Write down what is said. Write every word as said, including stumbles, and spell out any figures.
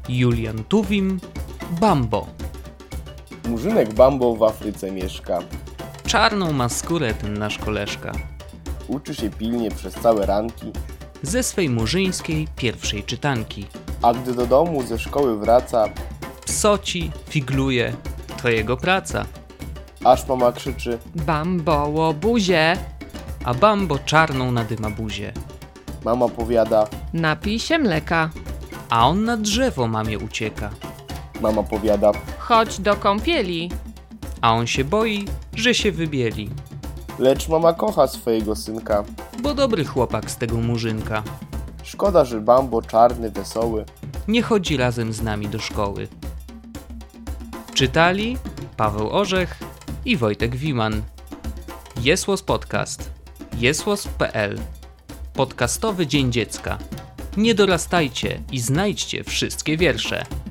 Julian Tuwim, Bambo. Murzynek Bambo w Afryce mieszka. Czarną ma skórę ten nasz koleżka. Uczy się pilnie przez całe ranki, Ze swej murzyńskiej pierwszej czytanki. a gdy do domu ze szkoły wraca, Psoci, figluje, to jego praca. aż mama krzyczy: Bambo, łobuzie, A Bambo czarną nadyma buzię. mama powiada, napij się mleka. A on na drzewo mamie ucieka. mama powiada, Chodź do kąpieli. A on się boi, że się wybieli. lecz mama kocha swojego synka. Bo dobry chłopak z tego murzynka. Szkoda, że Bambo czarny, wesoły. Nie chodzi razem z nami do szkoły. Czytali Paweł Orzech i Wojtek Wiman. Jesłos Podcast. jesłos kropka pe el. Podcastowy Dzień Dziecka. Nie dorastajcie i znajdźcie wszystkie wiersze.